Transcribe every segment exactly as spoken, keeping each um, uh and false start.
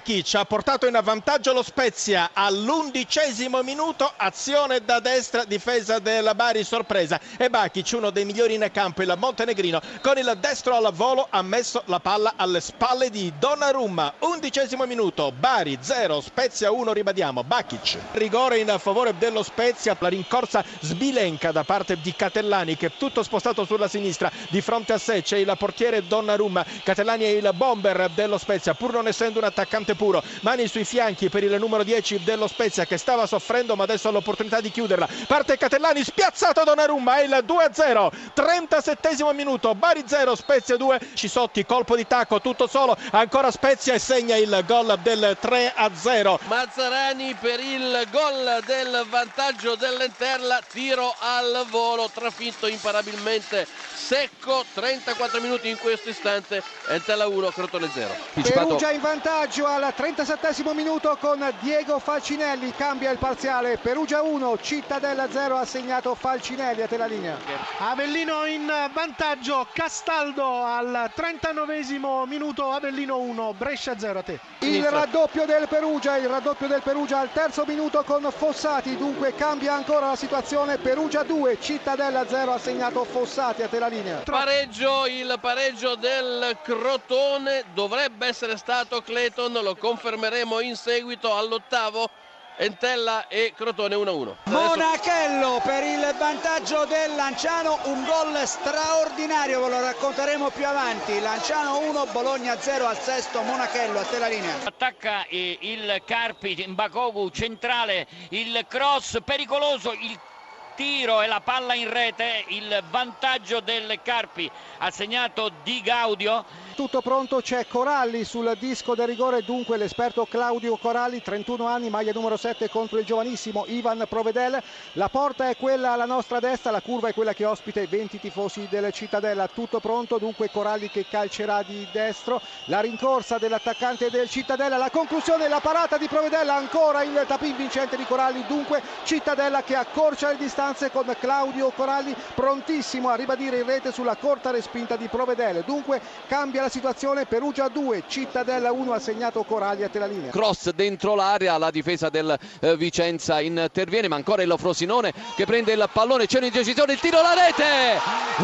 Bakic ha portato in vantaggio lo Spezia all'undicesimo minuto, azione da destra, difesa della Bari, sorpresa, e Bakic, uno dei migliori in campo, il montenegrino, con il destro al volo ha messo la palla alle spalle di Donnarumma. Undicesimo minuto, Bari zero, Spezia uno, ribadiamo, Bakic. Rigore in favore dello Spezia, la rincorsa sbilenca da parte di Catellani, che tutto spostato sulla sinistra, di fronte a sé c'è il portiere Donnarumma. Catellani è il bomber dello Spezia, pur non essendo un attaccante puro, mani sui fianchi per il numero dieci dello Spezia, che stava soffrendo ma adesso ha l'opportunità di chiuderla. Parte Catellani, spiazzato Donnarumma, è il due a zero, trentasettesimo minuto, Bari zero, Spezia due. Cisotti, colpo di tacco, tutto solo, ancora Spezia, e segna il gol del tre a zero. Mazzarani per il gol del vantaggio dell'Enterla, tiro al volo, trafitto imparabilmente secco. Trentaquattro minuti in questo istante, Entella uno, Crotone zero. Perugia in vantaggio al trentasettesimo minuto con Diego Falcinelli, cambia il parziale, Perugia uno, Cittadella zero, ha segnato Falcinelli. A te la linea. Avellino in vantaggio, Castaldo al trentanovesimo minuto, Avellino uno, Brescia zero. A te. Il raddoppio del Perugia, il raddoppio del Perugia al terzo minuto con Fossati, dunque cambia ancora la situazione, Perugia due, Cittadella zero, ha segnato Fossati. A te la linea. Pareggio, il pareggio del Crotone, dovrebbe essere stato Clayton, lo confermeremo in seguito all'ottavo. Entella e Crotone uno a uno. Monachello per il vantaggio del Lanciano, un gol straordinario, ve lo racconteremo più avanti. Lanciano uno, Bologna zero al sesto. Monachello, a te la linea. Attacca eh, il Carpi, Mbakovu centrale, il cross pericoloso, il tiro e la palla in rete, il vantaggio del Carpi, ha segnato Di Gaudio. Tutto pronto, c'è Coralli sul disco del rigore, dunque l'esperto Claudio Coralli, trentuno anni, maglia numero sette contro il giovanissimo Ivan Provedel. La porta è quella alla nostra destra, la curva è quella che ospita i venti tifosi del Cittadella. Tutto pronto, dunque Coralli che calcerà di destro, la rincorsa dell'attaccante del Cittadella, la conclusione, la parata di Provedel, ancora il tapin vincente di Coralli, dunque Cittadella che accorcia le distanze con Claudio Coralli prontissimo a ribadire in rete sulla corta respinta di Provedel. Dunque cambia la situazione, Perugia due, Cittadella uno, ha segnato Coralli. A te la linea. Cross dentro l'area, la difesa del eh, Vicenza interviene, ma ancora il Frosinone che prende il pallone, c'è un'indecisione, il tiro, la rete,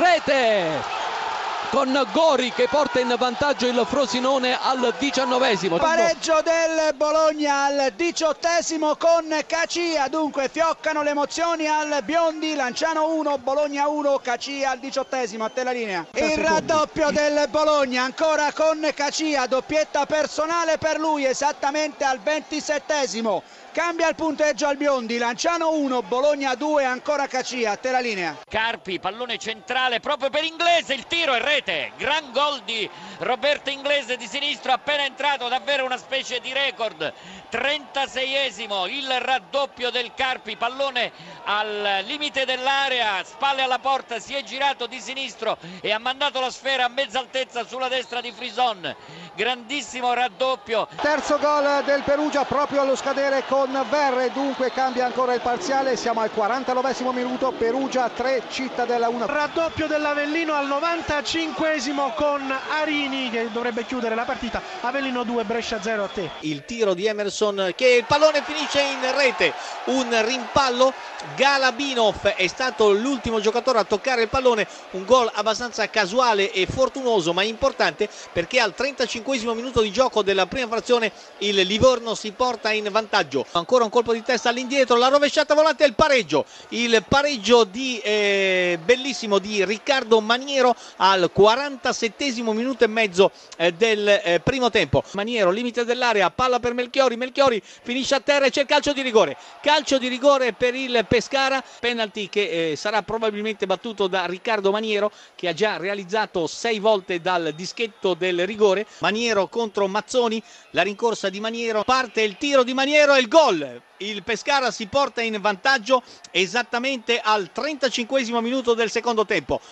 rete con Gori che porta in vantaggio il Frosinone al diciannovesimo. Pareggio del Bologna al diciottesimo con Cacia, dunque fioccano le emozioni al Biondi. Lanciano uno, Bologna uno, Cacia al diciottesimo. A te la linea. Il raddoppio del Bologna ancora con Cacia, doppietta personale per lui esattamente al ventisettesimo. Cambia il punteggio al Biondi, Lanciano uno, Bologna due, ancora Cacia. A te la linea. Carpi, pallone centrale proprio per Inglese, il tiro e rete, gran gol di Roberto Inglese di sinistro, appena entrato, davvero una specie di record. trentaseiesimo, il raddoppio del Carpi, pallone al limite dell'area, spalle alla porta, si è girato di sinistro e ha mandato la sfera a mezza altezza sulla destra di Frison. Grandissimo raddoppio. Terzo gol del Perugia proprio allo scadere con Verre, dunque cambia ancora il parziale, siamo al quarantanovesimo minuto, Perugia tre, Cittadella uno. Raddoppio dell'Avellino al novantacinquesimo con Arini che dovrebbe chiudere la partita. Avellino due, Brescia zero. A te. Il tiro di Emerson, che il pallone finisce in rete, un rimpallo. Galabinov è stato l'ultimo giocatore a toccare il pallone, un gol abbastanza casuale e fortunoso ma importante, perché al trentacinquesimo minuto di gioco della prima frazione il Livorno si porta in vantaggio. Ancora un colpo di testa all'indietro, la rovesciata volante e il pareggio, il pareggio di eh, bellissimo di Riccardo Maniero al quarantasettesimo minuto e mezzo eh, del eh, primo tempo. Maniero, limite dell'area, palla per Melchiori, Melchiori finisce a terra e c'è il calcio di rigore, calcio di rigore per il Pescara, penalty che eh, sarà probabilmente battuto da Riccardo Maniero, che ha già realizzato sei volte dal dischetto del rigore. Maniero contro Mazzoni, la rincorsa di Maniero, parte il tiro di Maniero e il gol. Il Pescara si porta in vantaggio esattamente al trentacinquesimo minuto del secondo tempo.